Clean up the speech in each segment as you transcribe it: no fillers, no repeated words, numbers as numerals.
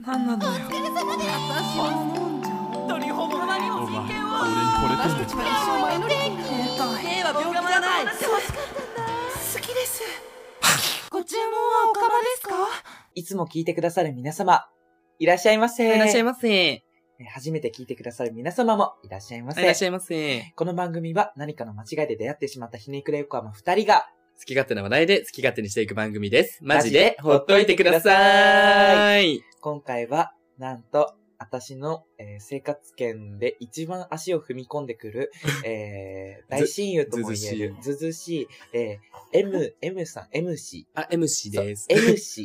なんなのよ。私は思うんじゃん。 鳥ほど何も人権を。 私たちは一生マイノリティになった。 兵は病気じゃない。 好きです。ご注文はおかまですか？ いつも聞いてくださる皆様、いらっしゃいませ。 いらっしゃいませ。 初めて聞いてくださる皆様もいらっしゃいませ。 いらっしゃいませ。 この番組は何かの間違いで出会ってしまったひねくれ横浜二人が好き勝手な話題で好き勝手にしていく番組です。マジでほっといてください。 今回はなんと私の、生活圏で一番足を踏み込んでくる、大親友とも言えるずずしい、M さん、MC。 あ、MC です。 MC。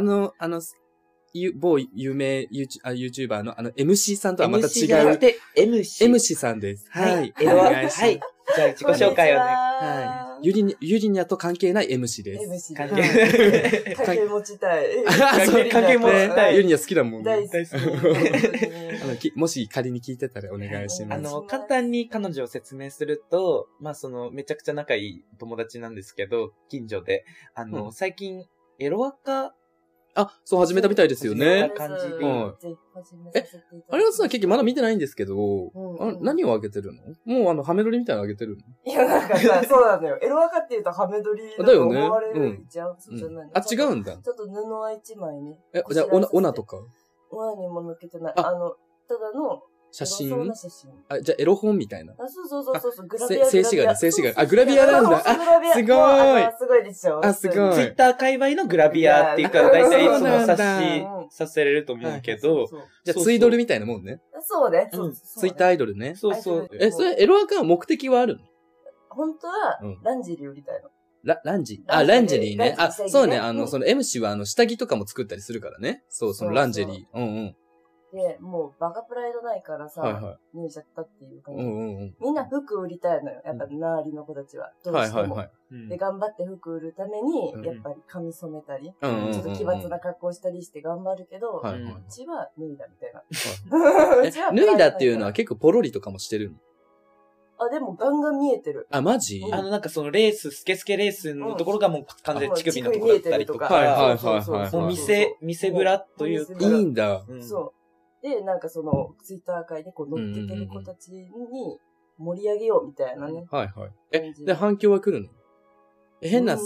某有名YouTuber のMC さんとはまた違う。 MC じゃなくて MC さんです。はい。 はい。じゃあ自己紹介をね。 はい。ユリニャと関係ない MC です。 関係持ちたい。 関係持ちたい。 ユリニャ好きだもん。 大好き。もし仮に聞いてたらお願いします。 簡単に彼女を説明すると、めちゃくちゃ仲いい友達なんですけど、近所で、最近、エロアカ、 そう、始めたみたいですよね。 感じで。 あれはさ、結局まだ見てないんですけど、何をあげてるの？もうハメ撮りみたいなのあげてるの？ いや、なんかさ、そうなんだよ。エロアカって言うとハメ撮りだと思われるじゃん。そうじゃない。 違うんだ。 ちょっと布は一枚ね。 じゃあ、オナとか？ オナにも抜けてない。ただの、 写真？ じゃあ、エロ本みたいな。 そう。グラビア。 静止画。グラビアなんだ。すごい。 すごいでしょ。 すごい。 ツイッター界隈のグラビアっていうか、だいたいそのさせれると思うけど。 じゃあ、ツイドルみたいなもんね。 そうね。 ツイッターアイドルね。 そう。 それ、エロアカは目的はあるの？ 本当は、ランジェリー売りたいの。 ランジェリーね。そうね。その MC は下着とかも作ったりするからね。そう、そのランジェリー。 で、もうバカプライドないからさ、脱いじゃったっていう感じ。みんな服売りたいのよ。やっぱ周りの子たちは。どうしても。で、頑張って服売るために、やっぱり髪染めたり、ちょっと奇抜な格好したりして頑張るけど、うちは脱いだみたいな。 脱いだっていうのは結構ポロリとかもしてるの？ でもガンガン見えてる。 マジ？ なんかそのレース、スケスケレースのところがもう完全に乳首のところだったりとか。もう見せぶらというか。 いいんだ。 そう。で、なんかその、ツイッター界でこう乗っけてる子たちに盛り上げようみたいなね。 で、反響は来るの？変な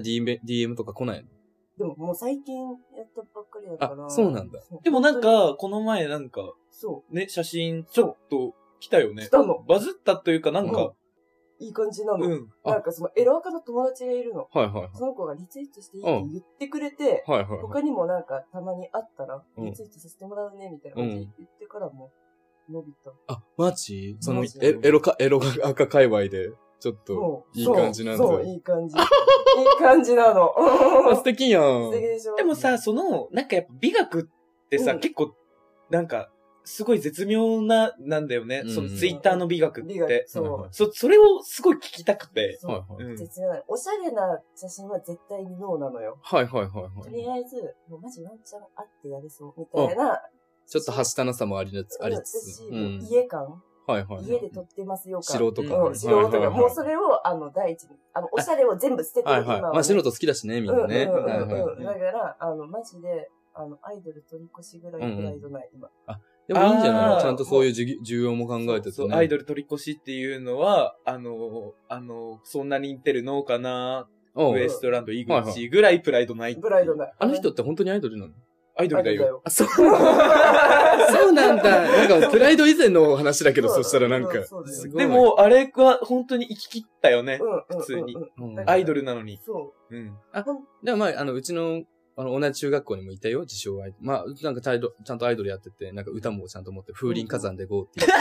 DM とか来ないの？ でももう最近やったばっかりだから。 そうなんだ。 でもなんか、この前なんか、ね、写真ちょっと来たよね。 来たの。 バズったというかなんか、 いい感じなの。なんかそのエロアカの友達がいるの。その子がリツイートしていいって言ってくれて、他にもなんかたまに会ったら、リツイートさせてもらうね、みたいな感じで言ってからも伸びた。 マジ？そのエロアカ界隈で、ちょっと、いい感じなんだ。 そう、いい感じ。いい感じなの。 素敵やん。 素敵でしょ？ でもさ、なんかやっぱ美学ってさ、結構、なんか、すごい絶妙なんだよね。そのツイッターの美学って。それをすごい聞きたくて。 絶妙なの。おしゃれな写真は絶対にノーなのよ。 とりあえず、もうマジワンチャンあってやれそう、みたいな。 ちょっとはしたなさもありつつ。 家感家で撮ってますよ素人感。 素人感。もうそれを、第一に、おしゃれを全部捨ててる今は。 素人好きだしね、みんなね。だから、マジで、アイドル取り越しぐらいプライドない、今。 でもいいんじゃない？ちゃんとそういう需要も考えててね。 アイドル取り越しっていうのは、そんなに似てるのかな？ウエストランド、井口ぐらいプライドない。 プライドない。 あの人って本当にアイドルなの？ アイドルだよ。 そうなんだ。なんか、プライド以前の話だけど、そしたらなんか。 でも、あれは本当に生き切ったよね。普通に。アイドルなのに。 でもうちの、同じ中学校にもいたよ、自称アイドル。なんかちゃんとアイドルやってて、なんか歌もちゃんと持って、風林火山で GO っていう。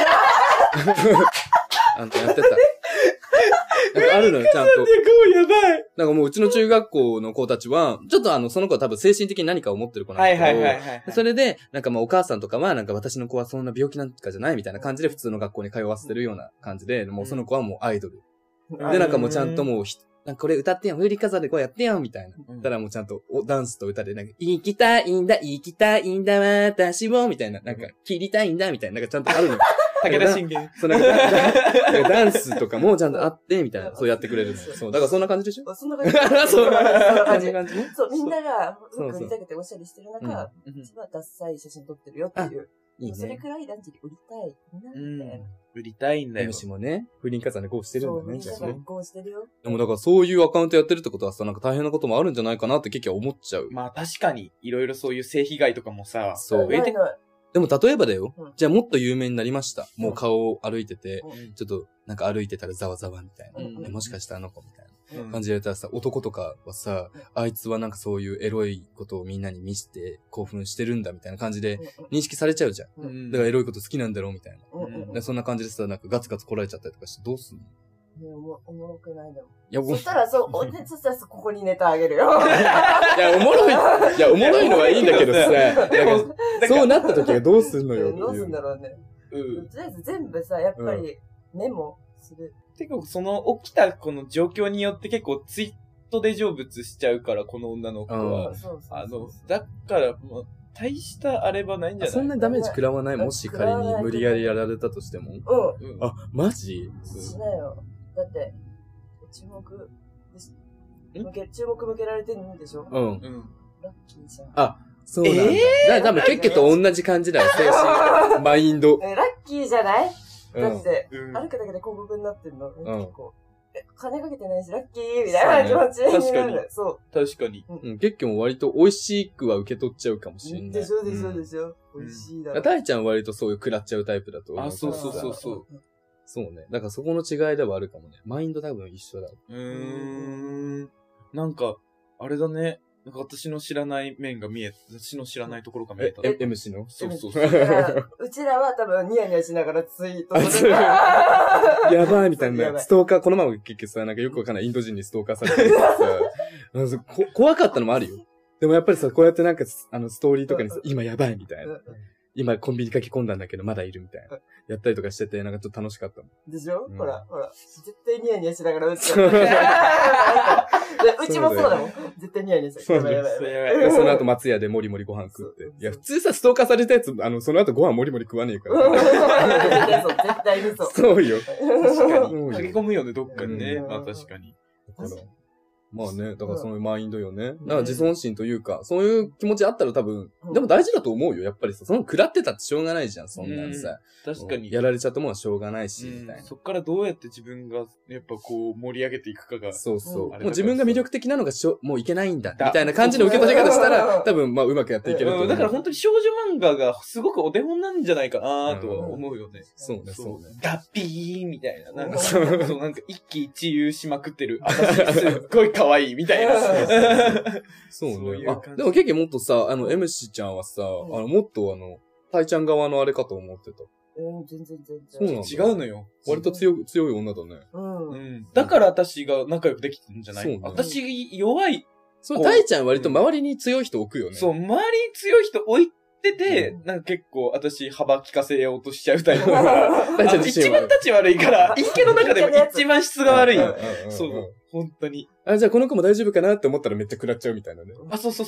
やってた。なんかあるのよ、ちゃんと。 やばい。 なんかもううちの中学校の子たちは、ちょっとその子は多分精神的に何かを持ってる子なんですけど、それで、なんかお母さんとかは、なんか私の子はそんな病気なんかじゃないみたいな感じで普通の学校に通わせてるような感じで、もうその子はもうアイドル。で、なんかもうちゃんともう、なんかこれ歌ってやん、風林火山でこうやってやん、みたいな。たらもうちゃんとダンスと歌で、なんか、生きたいんだ、私も、みたいな。なんか、切りたいんだ、みたいな。なんかちゃんとあるの。 武田信玄。 そう、ダンスとかもちゃんとあって、みたいな、そうやってくれるの。そう、だからそんな感じでしょ？ そんな感じ。 そんな感じ。そう、みんなが服売りたくておしゃれしてる中、私はダッサい写真撮ってるよっていう。いいね。それくらいランジェリー売りたい。みたいな。 売りたいんだよ。 MC もね、不倫重ねこうしてるんだね。 そう、不倫重ねこうしてるよ。 でもだからそういうアカウントやってるってことはさ、なんか大変なこともあるんじゃないかなって結構思っちゃう。 まあ確かに、いろいろそういう性被害とかもさ、 そう。でも例えばだよ。じゃあもっと有名になりました。もう顔を歩いてて、ちょっとなんか歩いてたらざわざわみたいな。もしかしたらあの子みたいな感じでやったらさ、男とかはさ、あいつはなんかそういうエロいことをみんなに見せて興奮してるんだみたいな感じで認識されちゃうじゃん。だからエロいこと好きなんだろうみたいな。そんな感じでさ、なんかガツガツ来られちゃったりとかしてどうすんの？ おもろくないの。いや、 そしたらそしたらここにネタあげるよ。 いや、おもろいのはいいんだけどさ、そうなった時はどうすんのよ。 どうすんだろうね。とりあえず全部さ、やっぱりメモする。 結構その起きたこの状況によって結構ツイートで成仏しちゃうから、この女の子は。だからもう、大したあれはないんじゃない？ そんなにダメージ食らわない？もし仮に無理やりやられたとしても。あ、マジ？ しないよ。だって、注目向けられてるんでしょ？ラッキーじゃん。 あ、そうなんだ。多分結局と同じ感じだよ、精神。マインド。 ラッキーじゃない？だって、歩くだけで広告になってんの。結構。金かけてないし、ラッキーみたいな気持ちになる。 確かに。 そう。 確かに。 結局も割と美味しくは受け取っちゃうかもしれない。 でしょ。美味しいだろ。 タイちゃんは割とそういう食らっちゃうタイプだと思う。 あ、そう。 そうね。だからそこの違いではあるかもね。マインド多分一緒だ。 なんか、あれだね。なんか私の知らない面が私の知らないところが見えた。 MC の？ そう。 うちらは多分ニヤニヤしながらツイートする。 やばいみたいな。ストーカー、このまま結局さ、なんかよくわかんないインド人にストーカーされてるからさ、怖かったのもあるよ。でもやっぱりさ、こうやってなんか、ストーリーとかにさ、今やばいみたいな。今コンビニ書き込んだんだけどまだいるみたいな。やったりとかしてて、なんかちょっと楽しかったもん。 でしょ？ほら。絶対ニヤニヤしながら打っちゃう。うちもそうだもん。絶対ニヤニヤしながら。やばい。 その後松屋でもりもりご飯食って。いや、普通さ、ストーカーされたやつ、その後ご飯もりもり食わねえから。 絶対にそう。 そうよ。 確かに。書き込むよね、どっかにね。まあ確かに。 まあね、だからそのマインドよね。だから自尊心というか、そういう気持ちあったら多分、でも大事だと思うよ。やっぱりさ、その食らってたってしょうがないじゃん、そんなんさ。 確かに。 やられちゃったもんはしょうがないし、みたいな。 そっからどうやって自分が、やっぱこう、盛り上げていくかが。 そう。もう自分が魅力的なのがもういけないんだ、みたいな感じの受け取り方したら、多分、まあうまくやっていけると思う。 だから本当に少女漫画がすごくお手本なんじゃないかなとは思うよね。 そうね。 ガッピーみたいな。なんか、なんか一喜一憂しまくってる。私すっごい可愛いみたいな。 そうね。でも結構もっとさ、MC ちゃんはさ、もっとタイちゃん側のあれかと思ってた。 全然。 そうなんだ。 違うのよ。 割と強い女だね。だから私が仲良くできてるんじゃない？私弱い。 そう、タイちゃん割と周りに強い人置くよね。 そう、周りに強い人置いてて、なんか結構私幅利かせようとしちゃうタイプだから、一番立ち悪いから、一家の中でも一番質が悪い。そう。本当に。 じゃあこの子も大丈夫かなって思ったらめっちゃ食らっちゃうみたいなね。 そう。 ト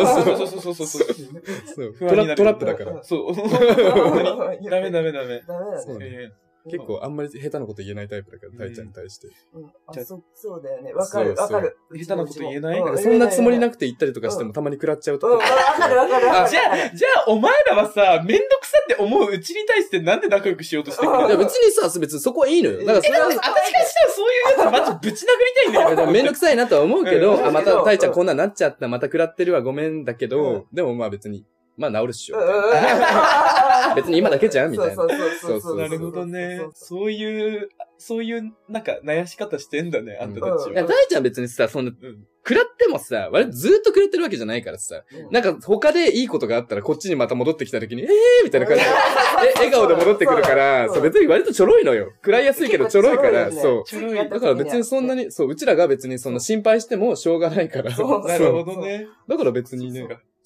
ラップだから。 そう。ダメ。 結構あんまり下手なこと言えないタイプだから、タイちゃんに対して。 そうだよね。わかる。下手なこと言えない？ そんなつもりなくて言ったりとかしてもたまに食らっちゃうとか。 わかる。 じゃあお前らはさ、めんどくさって思ううちに対してなんで仲良くしようとしてるの？ いや別にさ、別にそこはいいのよ。だからそれは。 私からしたらそういうやつマジぶち殴りたいんだよ。 めんどくさいなとは思うけど、またタイちゃんこんなになっちゃった、また食らってるわ、ごめんだけど、でもまあ別に。まあ治るっしょ。別に今だけじゃんみたいな。 そう。なるほどね。そういう、なんか、悩し方してんだね、あんたたちは。 いや、大ちゃん別にさ、そんな、食らってもさ、割とずーっと食らってるわけじゃないからさ、なんか他でいいことがあったらこっちにまた戻ってきた時に、みたいな感じで、笑顔で戻ってくるから、そう、別に割とちょろいのよ。食らいやすいけどちょろいから、そう。だから別にそんなに、そう、うちらが別にその心配してもしょうがないから。 なるほどね。 だから別にね、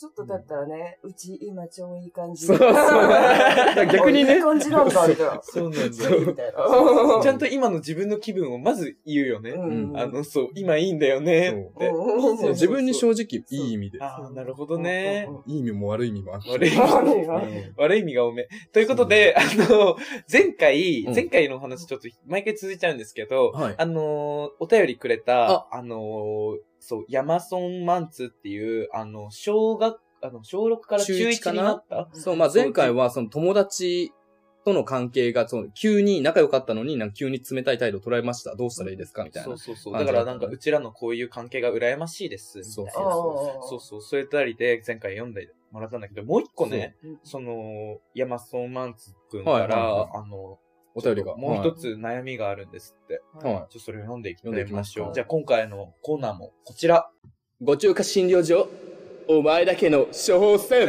ちょっとだったらね、うち今超いい感じ。 そうそう。逆にね。 いい感じなんだ、みたいな。 そうなんだ。 みたいちゃんと今の自分の気分をまず言うよね。そう、今いいんだよね。 自分に正直いい意味で。 ああ、なるほどね。 いい意味も悪い意味もある。 悪い意味が多め。ということで、前回の話ちょっと毎回続いちゃうんですけど、お便りくれた、そう、ヤマソンマンツっていう、小6から中1になったそう、まあ、前回はその友達との関係が、急に仲良かったのに、急に冷たい態度を捉えました。どうしたらいいですかみたいな。 そう。だからうちらのこういう関係が羨ましいです。みたいな。そういうたりで前回読んでもらったんだけど、もう一個ね、ヤマソンマンツくんから、 お便りが。 もう一つ悩みがあるんですって。それを読んでいきましょう。じゃあ今回のコーナーもこちら。 ご中華診療所、お前だけの処方箋。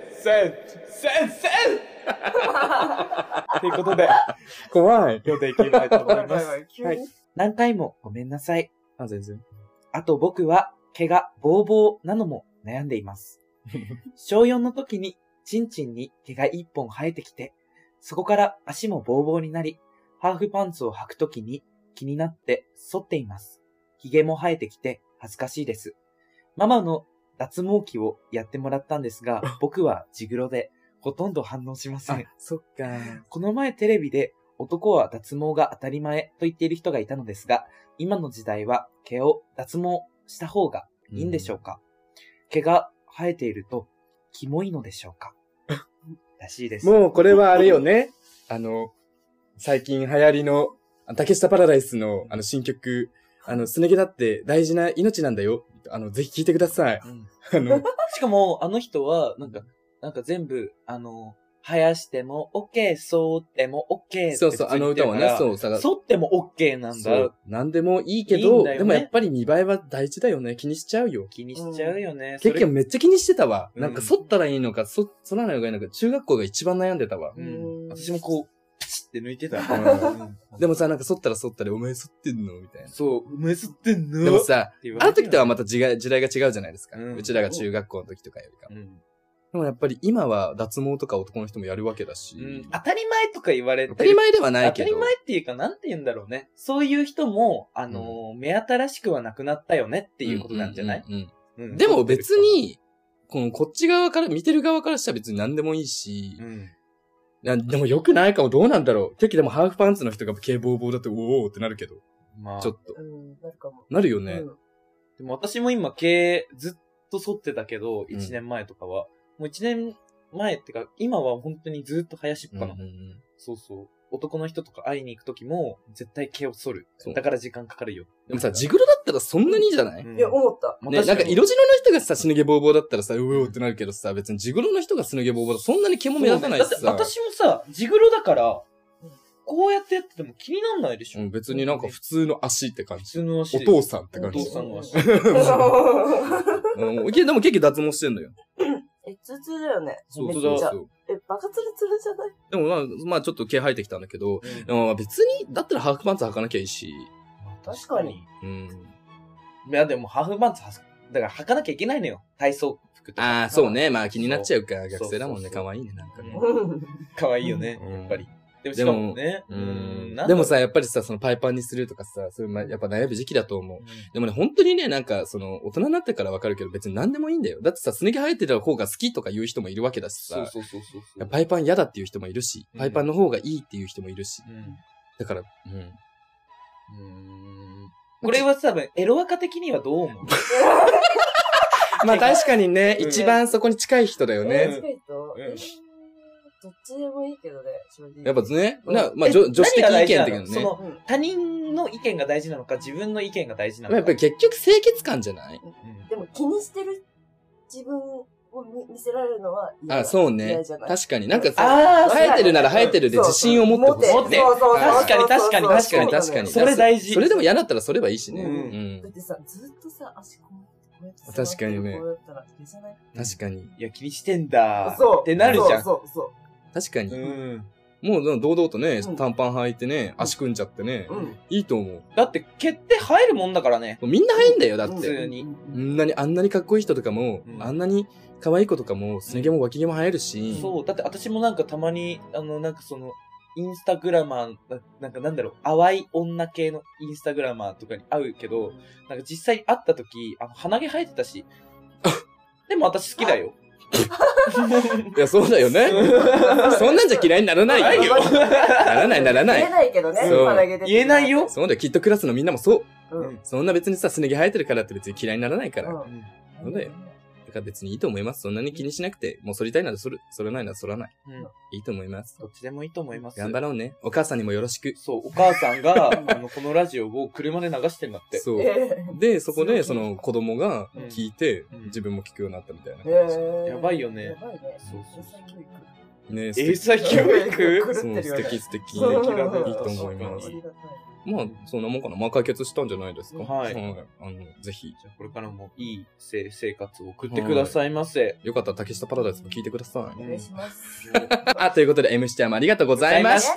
ということで、 怖い。 読んでいきたいと思います。何回もごめんなさい。 全然。 あと僕は毛がボーボーなのも悩んでいます。小4の時にチンチンに毛が一本生えてきて、そこから足もボーボーになり、ハーフパンツを履くときに気になって反っています。髭も生えてきて恥ずかしいです。ママの脱毛器をやってもらったんですが、僕はジグロでほとんど反応しません。 そっか。 この前テレビで男は脱毛が当たり前と言っている人がいたのですが、今の時代は毛を脱毛した方がいいんでしょうか？毛が生えているとキモいのでしょうか？らしいです。 もうこれはあれよね。最近流行りの、竹下パラダイスの、新曲、すね毛だって大事な命なんだよ。ぜひ聴いてください。 しかも、あの人は、なんか全部、生やしても OK、剃っても OK って。 そうそう、歌はね、 剃っても OK なんだ。そう。 なんでもいいけど、でもやっぱり見栄えは大事だよね。気にしちゃうよ。 気にしちゃうよね。 結局めっちゃ気にしてたわ。なんか剃ったらいいのか、剃らないのがいいのか、中学校が一番悩んでたわ。 私もこう、ピチって抜いてた。 でもさ、なんか剃ったら剃ったで、お前剃ってんのみたいな。 そう、お前剃ってんのでもさ、あの時とはまた時代が違うじゃないですか。うちらが中学校の時とかよりか。でもやっぱり今は脱毛とか男の人もやるわけだし。 当たり前とか言われてる。 当たり前ではないけど。 当たり前っていうか、なんて言うんだろうね。そういう人も、目新しくはなくなったよねっていうことなんじゃない？ でも別に、こっち側から、見てる側からしたら別に何でもいいし、でも良くないかも、どうなんだろう。結局でもハーフパンツの人が毛ボーボーだって、おーってなるけど。まあ。ちょっと。 なるかも。 なるよね。 でも私も今毛ずっと剃ってたけど、1年前とかは。もう1年前ってか、今は本当にずっと生やしっぱな。そうそう。男の人とか会いに行くときも、絶対毛を剃る。だから時間かかるよ。 でもさ、ジグロだったらそんなにいいじゃない？ いや、思った。 ね、なんか色白の人がさ、すね毛ボーボーだったらさ、うおーってなるけどさ、別にジグロの人がすね毛ボーボーだとそんなに毛も目立たないしさ。 だって私もさ、ジグロだから、こうやってやってても気になんないでしょ。 別になんか普通の足って感じ。 普通の足。 お父さんって感じ。 お父さんの足。 でも結局脱毛してんのよ。 ツルツルだよね。 そうそうそう。 バカツルツルじゃない？ でもまあちょっと毛生えてきたんだけど、でも別に、だったらハーフパンツ履かなきゃいいし。 確かに。 いやでもハーフパンツだから履かなきゃいけないのよ。体操服とか。 ああ、そうね。まあ気になっちゃうから、学生だもんね。可愛いね、なんかね。 可愛いよね、やっぱり。でもしかもね。 でもさ、やっぱりさ、そのパイパンにするとかさ、それやっぱ悩む時期だと思う。でもね、本当にね、なんか、大人になってからわかるけど、別に何でもいいんだよ。だってさ、すね毛生えてた方が好きとか言う人もいるわけだしさ。そう。パイパン嫌だっていう人もいるし、パイパンの方がいいっていう人もいるし。だから、 これは多分、エロアカ的にはどう思う？ まあ確かにね、一番そこに近い人だよね。 近い人？どっちでもいいけどね、正直。 やっぱね、まあ女子的意見だけどね。 他人の意見が大事なのか、自分の意見が大事なのか。 やっぱり結局清潔感じゃない？ でも気にしてる自分を見せられるのは嫌だ。 あ、そうね。確かに。なんかさ、生えてるなら生えてるで自信を持ってほしい。 確かに。それ大事。 それでも嫌だったらそればいいしね。 だってさ、ずっとさ、足こう。 確かにね。確かに。 いや、気にしてんだ。ってなるじゃん。 そう。 確かに。もう堂々とね、短パン履いてね、足組んじゃってね、いいと思う。 だって毛って生えるもんだからね。 みんな生えんだよ、だって。 普通に。 あんなにかっこいい人とかも、あんなに可愛い子とかも、すね毛も脇毛も生えるし。 そう。だって私もなんかたまに、なんかその、インスタグラマー、なんかなんだろう、淡い女系のインスタグラマーとかに会うけど、なんか実際に会った時、鼻毛生えてたし。でも私好きだよ。 いや、そうだよね。そんなんじゃ嫌いにならないよ。ならない。 言えないけどね、鼻毛で。 言えないよ。 そうだよ、きっとクラスのみんなもそう。そんな別にさ、すね毛生えてるからって別に嫌いにならないから。そうだよ。だから別にいいと思います。そんなに気にしなくて、もう反りたいなら反る、反らないなら反らない。いいと思います。 どっちでもいいと思います。 頑張ろうね。お母さんにもよろしく。 そう、お母さんが、このラジオを車で流してんだって。 そう。で、そこで、その子供が聞いて、自分も聞くようになったみたいな。 やばいよね。 やばいね。 そう。ね、 英才教育そう、素敵。いいと思います。まあ、そんなもんかな。まあ、解決したんじゃないですか。 はい。 ぜひ。 じゃあ、これからもいい生活を送ってくださいませ。 よかったら、竹下パラダイスも聞いてください。 お願いします。 ということで、MC ちゃんもありがとうございました。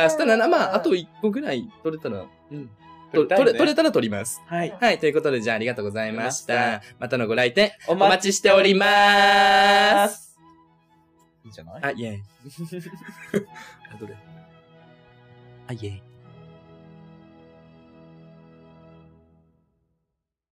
したら、まあ、あと1個ぐらい取れたら、取れたら取ります。 はい。 はい。ということで、じゃあ、ありがとうございました。またのご来店、お待ちしております。 いいんじゃない？ あ、イェイ。どれ？あ、イェイ。